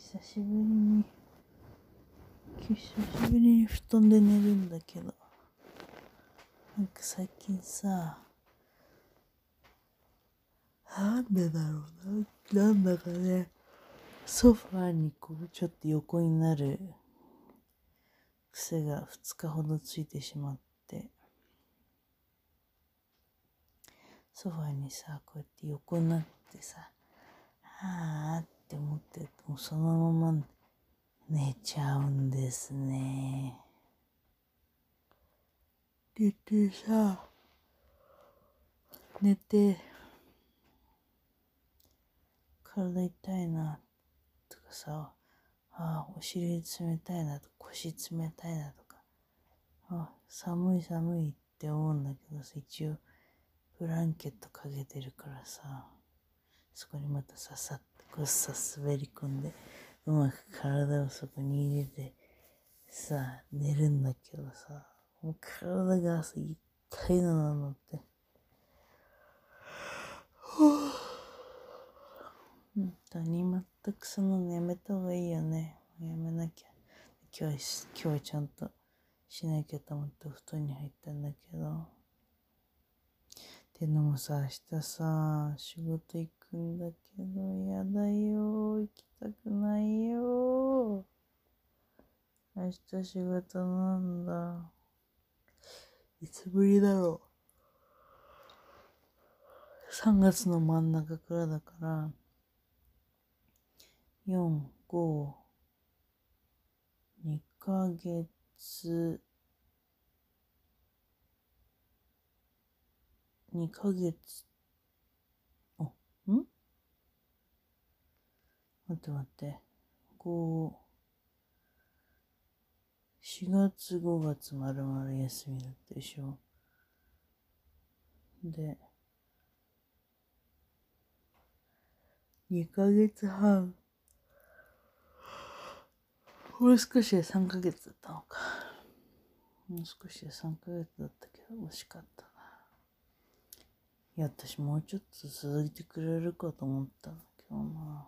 久しぶりに布団で寝るんだけど、なんか最近さ、なんでだろうな、なんだかね、ソファーにこうちょっと横になる癖が2日ほどついてしまって、ソファーにさ、こうやって横になってさ、はーって思ってると、もうそのまま寝ちゃうんですね。寝て体痛いなとかさ、お尻冷たいなとか腰冷たいなとか、寒いって思うんだけどさ、一応ブランケットかけてるからさ、そこにまたささっとこうさ滑り込んでうまく体をそこに入れてさ寝るんだけどさ、もう体が痛いのなのって、本当に全くそのやめた方がいいよね。やめなきゃ。今日はちゃんとしなきゃと思ってお布団に入ったんだけど。ってのもさ、明日さ、仕事行くんだけど、やだよ。行きたくないよ。明日仕事なんだ。いつぶりだろう。3月の真ん中からだから、4、5、2ヶ月、2ヶ月、待って。4月5月まるまる休みだったでしょ。で、2ヶ月半。もう少しで3ヶ月だったのか。もう少しで3ヶ月だったけど、惜しかったな。いや、私もうちょっと続いてくれるかと思ったんだけどな。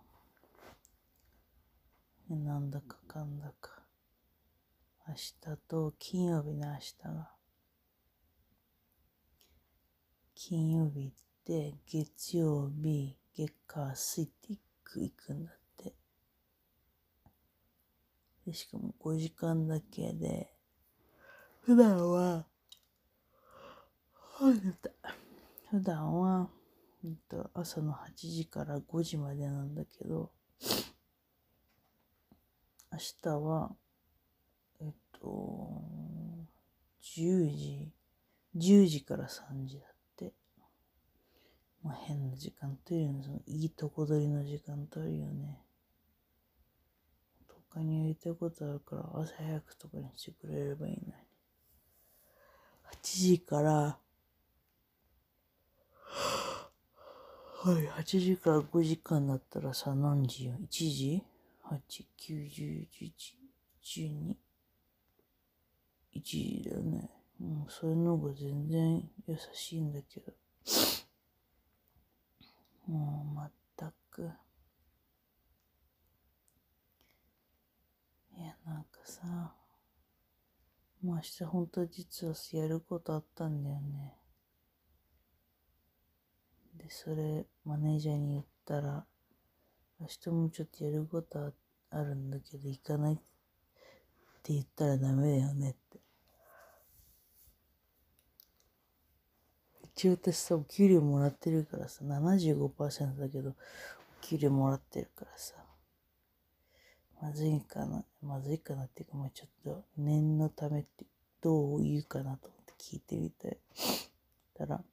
なんだかかんだか。明日と金曜日の明日が。金曜日って月曜日、月火水って行くんだって。でしかも5時間だけで、普段は、朝の8時から5時までなんだけど、明日は、10時から3時だって。まあ、変な時間取るよね。そのいいとこ取りの時間取るよね。他にやりたいことあるから朝早くとかにしてくれればいいのに。8時から8時から5時間だったらさ、何時よ ?1 時 ?8、9、10、11、12、1時だよね。それの方が全然優しいんだけど。もう全く。いや、なんかさ、もう明日本当は実はやることあったんだよね。で、それマネージャーに言ったら、明日もちょっとやることあるんだけど行かないって言ったらダメだよねって。一応私さ、お給料もらってるからさ、75% だけど、お給料もらってるからさ、まずいかなっていうか、ちょっと念のためってどう言うかなと思って聞いてみたい。たら、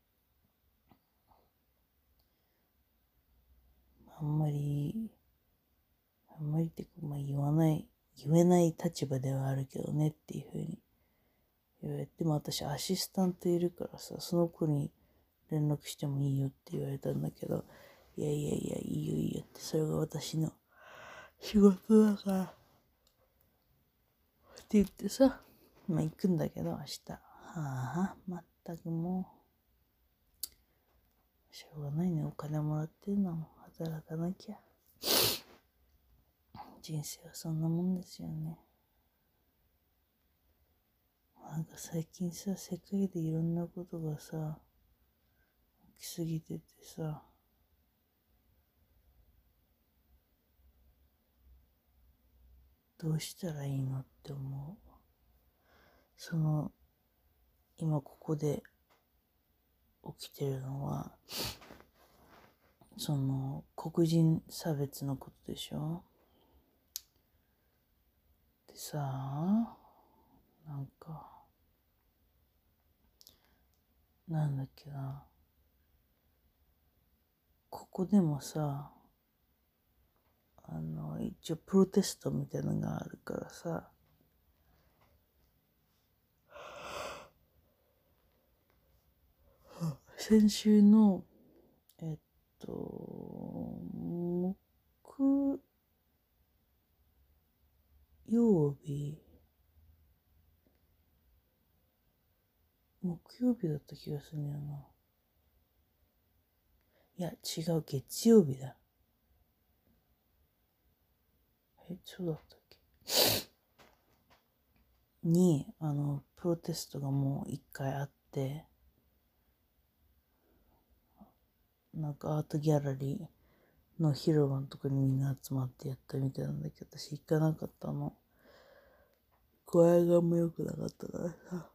あんまりっていうか、言えない立場ではあるけどねっていうふうに言われて、も私アシスタントいるからさ、その子に連絡してもいいよって言われたんだけど、いや、いいよって、それが私の仕事だからって言ってさ、行くんだけど明日。まったくもう、しょうがないね。お金もらってんのも働かなきゃ。 人生はそんなもんですよね。なんか最近さ、世界でいろんなことがさ、起きすぎててさ、どうしたらいいのって思う。今ここで起きてるのは、黒人差別のことでしょ。でさ、なんか、なんだっけな、ここでもさ、一応プロテストみたいなのがあるからさ、先週の、木曜日、木曜日だった気がするんだよな。いや、違う、月曜日だ。そうだったっけに、プロテストがもう一回あって、なんかアートギャラリーの広場のとこにみんな集まってやったみたいなんだけど、私行かなかったの。具合があんま良くなかったからさ。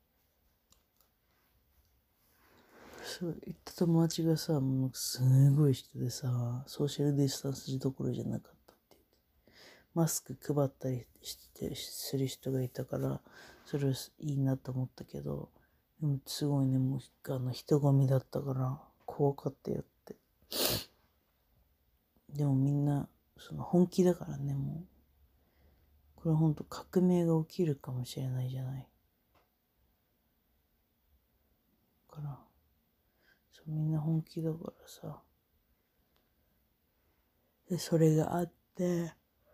そう、行った友達がさ、もうすごい人でさ、ソーシャルディスタンスどころじゃなかったって言って、マスク配ったりする人がいたから、それはいいなと思ったけど、でもすごいね、もう人混みだったから怖かったよって。でもみんな本気だからね、もうこれほんと革命が起きるかもしれないじゃない。からみんな本気だからさ。でそれがあって、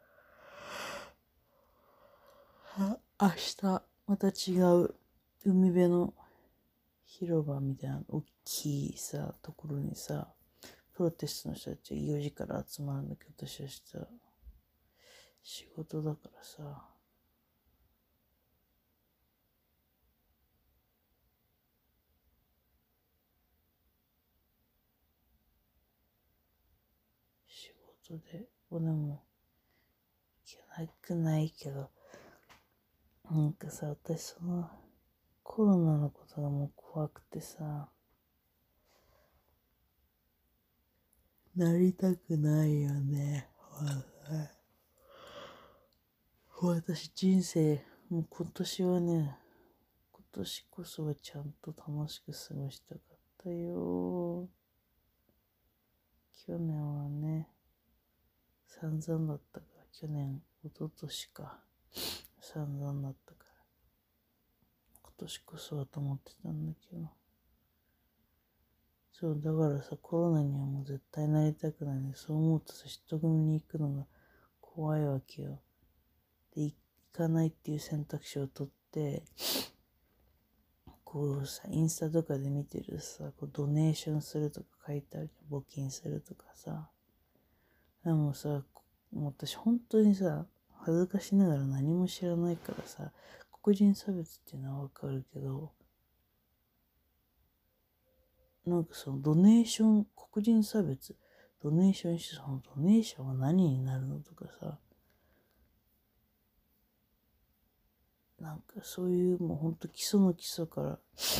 明日また違う海辺の広場みたいな大きいさところにさ、プロテストの人たちは4時から集まるんだけど、私は明日仕事だからさ、仕事ででも行けなくないけど、なんかさ、私コロナのことがもう怖くてさ、なりたくないよね。私人生、もう今年はね、今年こそはちゃんと楽しく過ごしたかったよ。去年はね、散々だったから、去年、一昨年か、散々だったから、今年こそはと思ってたんだけど、そう、だからさ、コロナにはもう絶対なりたくないね。そう思うとさ、人混みに行くのが怖いわけよ。で、行かないっていう選択肢を取って、こうさ、インスタとかで見てるさ、ドネーションするとか書いてあるじゃん。募金するとかさ。でもさ、もう私本当にさ、恥ずかしながら何も知らないからさ、黒人差別っていうのはわかるけど、なんかドネーション、黒人差別、ドネーションして、ドネーションは何になるのとかさ、なんかそういうもうほんと基礎の基礎から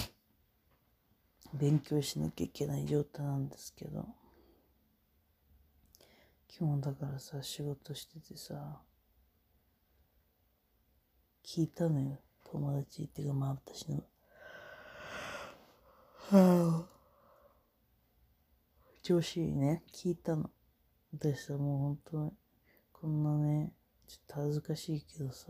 勉強しなきゃいけない状態なんですけど、今日だからさ、仕事しててさ、聞いたのよ。友達っていうか、まあ私の、調子いいね、聞いたの。私さ、もう本当に、こんなね、ちょっと恥ずかしいけどさ、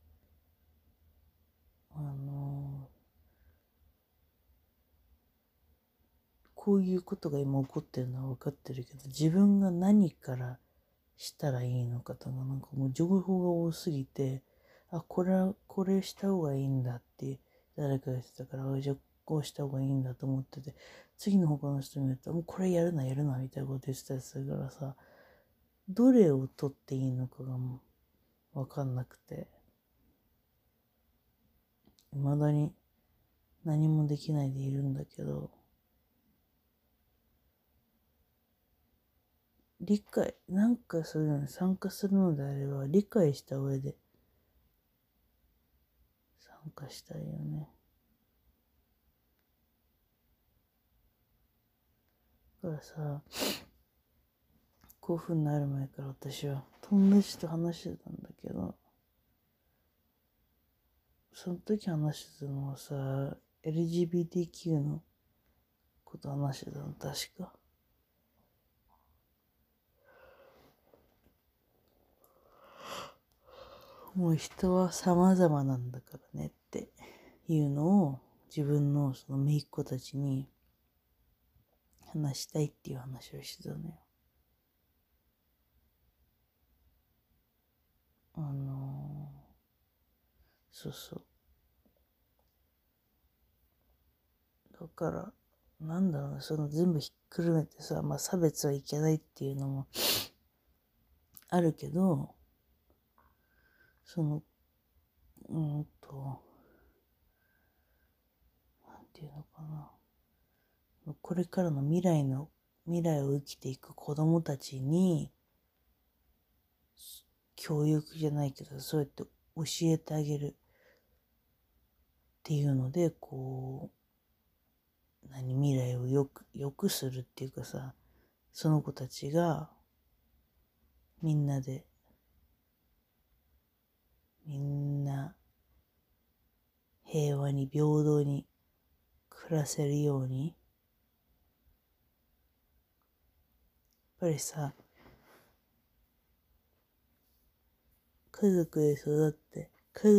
こういうことが今起こってるのは分かってるけど、自分が何からしたらいいのかとか、なんかもう情報が多すぎて、これした方がいいんだって誰かが言ってたから、じゃあこうした方がいいんだと思ってて、次の他の人見ると、もうこれやるなみたいなこと言ってたりするからさ、 どれを取っていいのかがわかんなくて、未だに何もできないでいるんだけど、なんかそういうのに参加するのであれば、理解した上で参加したいよね。だからさ、こういう風になる前から私は友達と話してたんだけど、その時話してたのはさ、LGBTQ のこと話してたの、確か。もう人は様々なんだからねっていうのを自分のその姪っ子たちに話したいっていう話をしてたのよ。そうそう。だから、なんだろうな、その全部ひっくるめてさ、まあ差別はいけないっていうのもあるけど、その、なんていうのかな。これからの未来を生きていく子供たちに、教育じゃないけど、そうやって教えてあげるっていうので、こう、未来を良くするっていうかさ、その子たちがみんなで、みんな平和に平等に暮らせるように、やっぱりさ、家族で育って、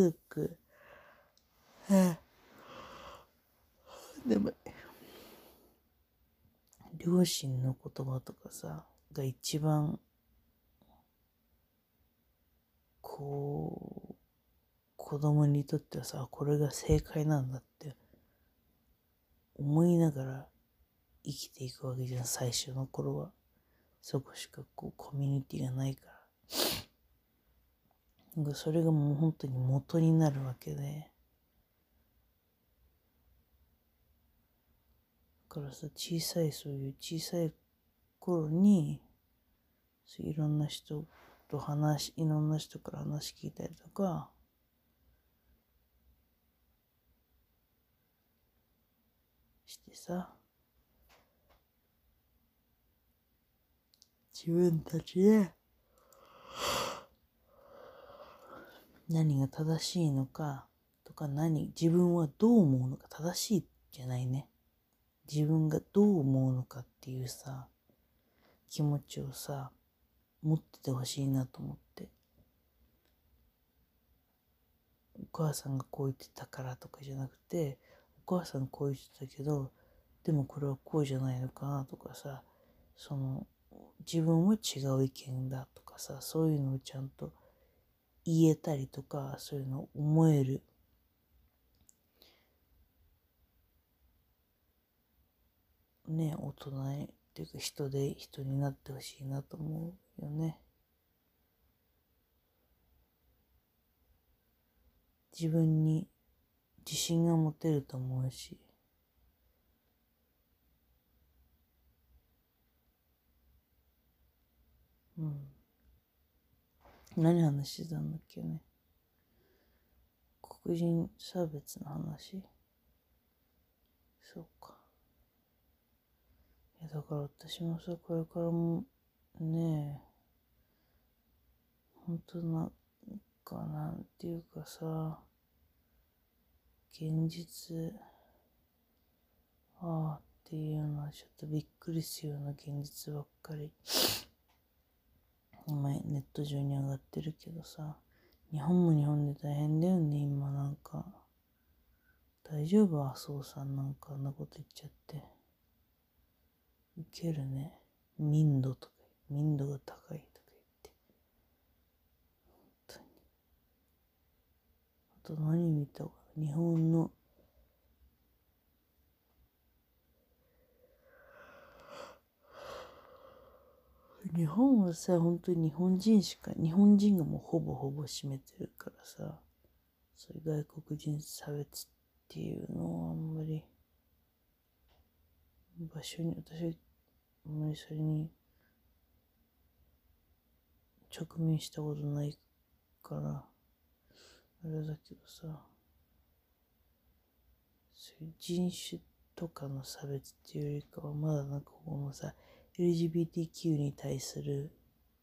でも、両親の言葉とかさ、が一番、こう、子供にとってはさ、これが正解なんだって思いながら生きていくわけじゃん、最初の頃は。そこしかこうコミュニティがないから。それがもう本当に元になるわけで。だからさ、そういう小さい頃に、いろんな人いろんな人から話聞いたりとか、してさ、自分たちで何が正しいのかとか、自分はどう思うのか、正しいじゃないね。自分がどう思うのかっていうさ、気持ちをさ、持っててほしいなと思って。お母さんがこう言ってたからとかじゃなくて、お母さんこう言ってたけど、でもこれはこうじゃないのかなとかさ、自分は違う意見だとかさ、そういうのをちゃんと言えたりとか、そういうのを思えるね、大人っていうか人になってほしいなと思うよね。自分に自信が持てると思うし、うん。何話してたんだっけね。黒人差別の話。そうか。だから私もさ、これからもね、本当なんていうかさ、現実、っていうのはちょっとびっくりするような現実ばっかり、今ネット上に上がってるけどさ、日本も日本で大変だよね、今なんか。大丈夫？麻生さんなんかあんなこと言っちゃって。ウケるね。民度が高いとか言って。本当に。あと何見たかな。日日本はさ、本当に日本人がもうほぼほぼ占めてるからさ、そういう外国人差別っていうのはあんまり、私、あんまりそれに直面したことないから、あれだけどさ、そういう人種とかの差別っていうよりかは、まだなんかこのさ、LGBTQ に対する、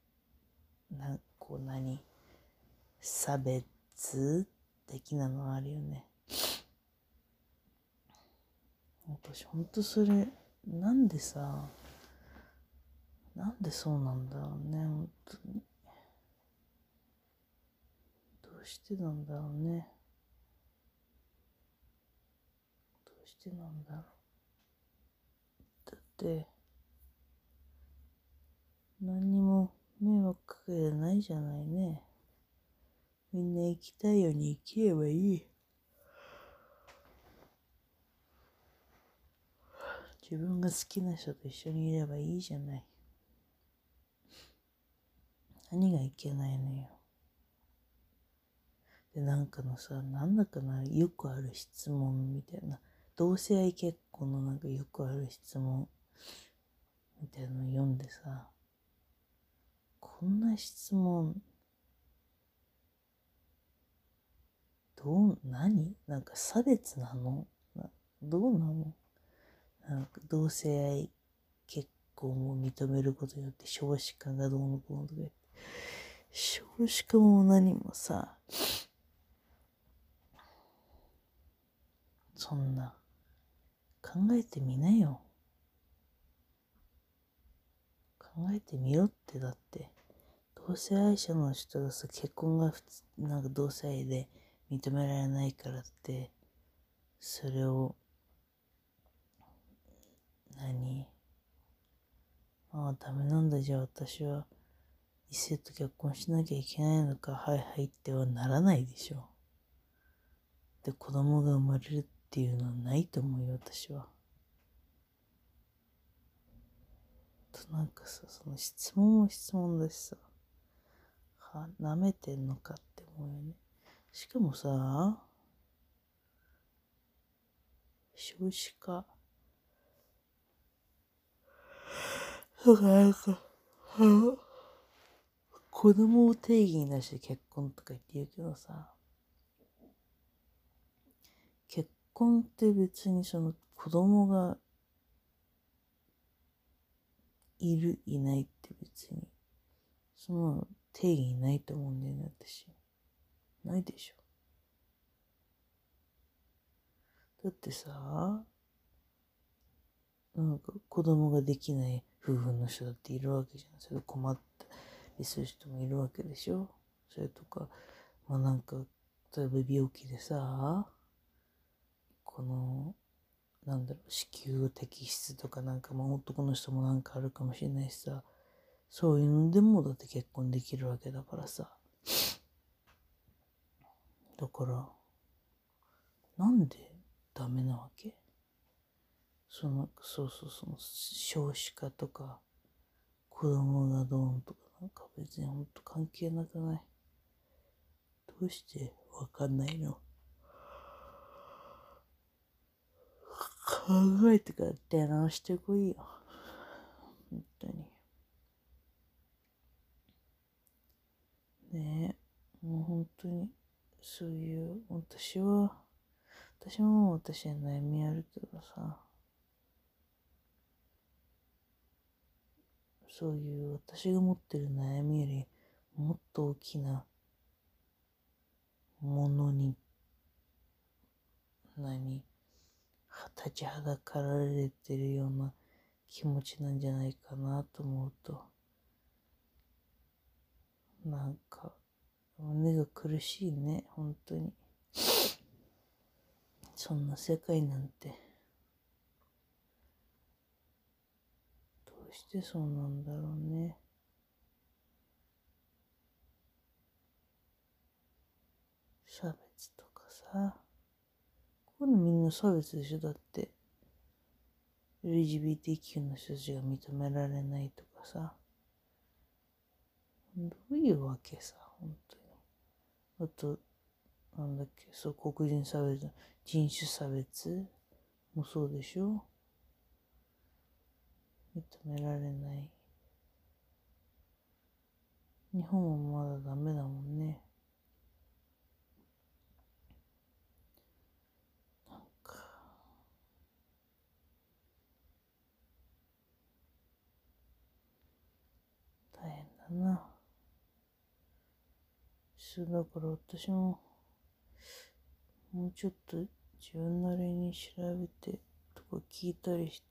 差別的なのあるよね。私ほんとそれ、なんでそうなんだろうね、本当に。どうしてなんだろうね。どうしてなんだろう。だって、何にも迷惑かけてないじゃないね。みんな生きたいように生きればいい。自分が好きな人と一緒にいればいいじゃない。何がいけないのよ。で、なんだかな、よくある質問みたいな。同性愛結婚のなんかよくある質問みたいなの読んでさ、こんな質問、なんか差別なのどうなの？なんか同性愛結婚を認めることによって少子化がどうのこうのとか言って。少子化も何もさ、そんな、考えてみなよ。考えてみろって。だって、同性愛者の人がさ、結婚がなんか同性愛で認められないからって、それを、ダメなんだ、じゃあ私は異性と結婚しなきゃいけないのか、はいはいってはならないでしょ。で、子供が生まれるっていうのはないと思うよ、私は。なんかさ、その質問も質問だしさ、舐めてんのかって思うよね。しかもさ、少子化。なんか、子供を定義に出して結婚とか言って言うけどさ、結婚って別にその子供がいる、いないって別に、その定義ないと思うんだよね、私。ないでしょ。だってさ、なんか子供ができない夫婦の人だっているわけじゃん。それで困ったりする人もいるわけでしょ。それとか、なんか、例えば病気でさ、この、子宮摘出とかなんか、男の人もなんかあるかもしれないしさ、そういうのでもだって結婚できるわけだからさ。だから、なんでダメなわけ？その少子化とか、子供がどうのとかなんか別にほんと関係なくない？どうしてわかんないの？考えてから出直してこいよ。本当に。ねえ、もう本当に、そういう、私も私は悩みあるけどさ、そういう私が持ってる悩みよりもっと大きなものに、立ちはだかられてるような気持ちなんじゃないかなと思うと、なんか、胸が苦しいね、本当に。そんな世界なんて、どうしてそうなんだろうね。差別とかさ、こういうのみんな差別でしょ。だって、LGBT の人たちが認められないとかさ、 どういうわけさ、本当に。あと、なんだっけ、そう、黒人差別、人種差別もそうでしょ。認められない。日本はまだダメだもんね。なんか、大変だな。だから私も、もうちょっと自分なりに調べてとか聞いたりして。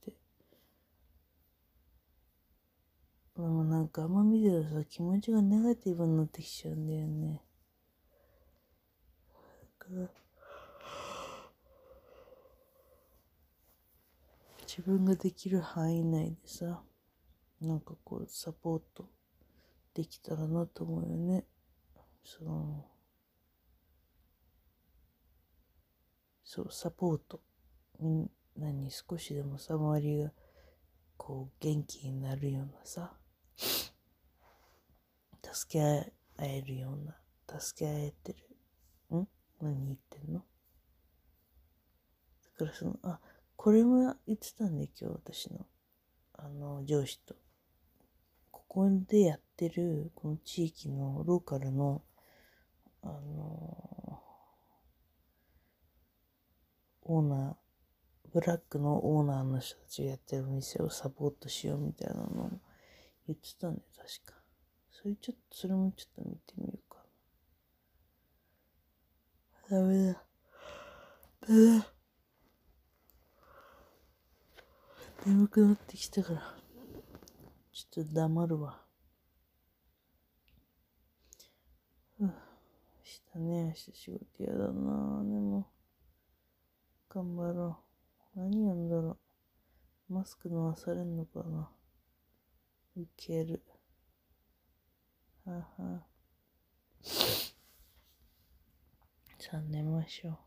でもなんかあんま見てるとさ、気持ちがネガティブになってきちゃうんだよね。だから自分ができる範囲内でさ、なんかこうサポートできたらなと思うよね。サポート。少しでもさ、周りがこう元気になるようなさ、助け合えるような、助け合えてる。何言ってんの？だからこれも言ってたんで、今日私の、上司と。ここでやってる、この地域のローカルの、オーナー、ブラックのオーナーの人たちがやってるお店をサポートしようみたいなのを言ってたんで、確か。それもちょっと見てみようかな。ダメだ。眠くなってきたから、ちょっと黙るわ。明日ね、明日仕事嫌だな。でも、頑張ろう。何やんだろう。マスク飲まされんのかな。ウケる。はは。さあ寝ましょう。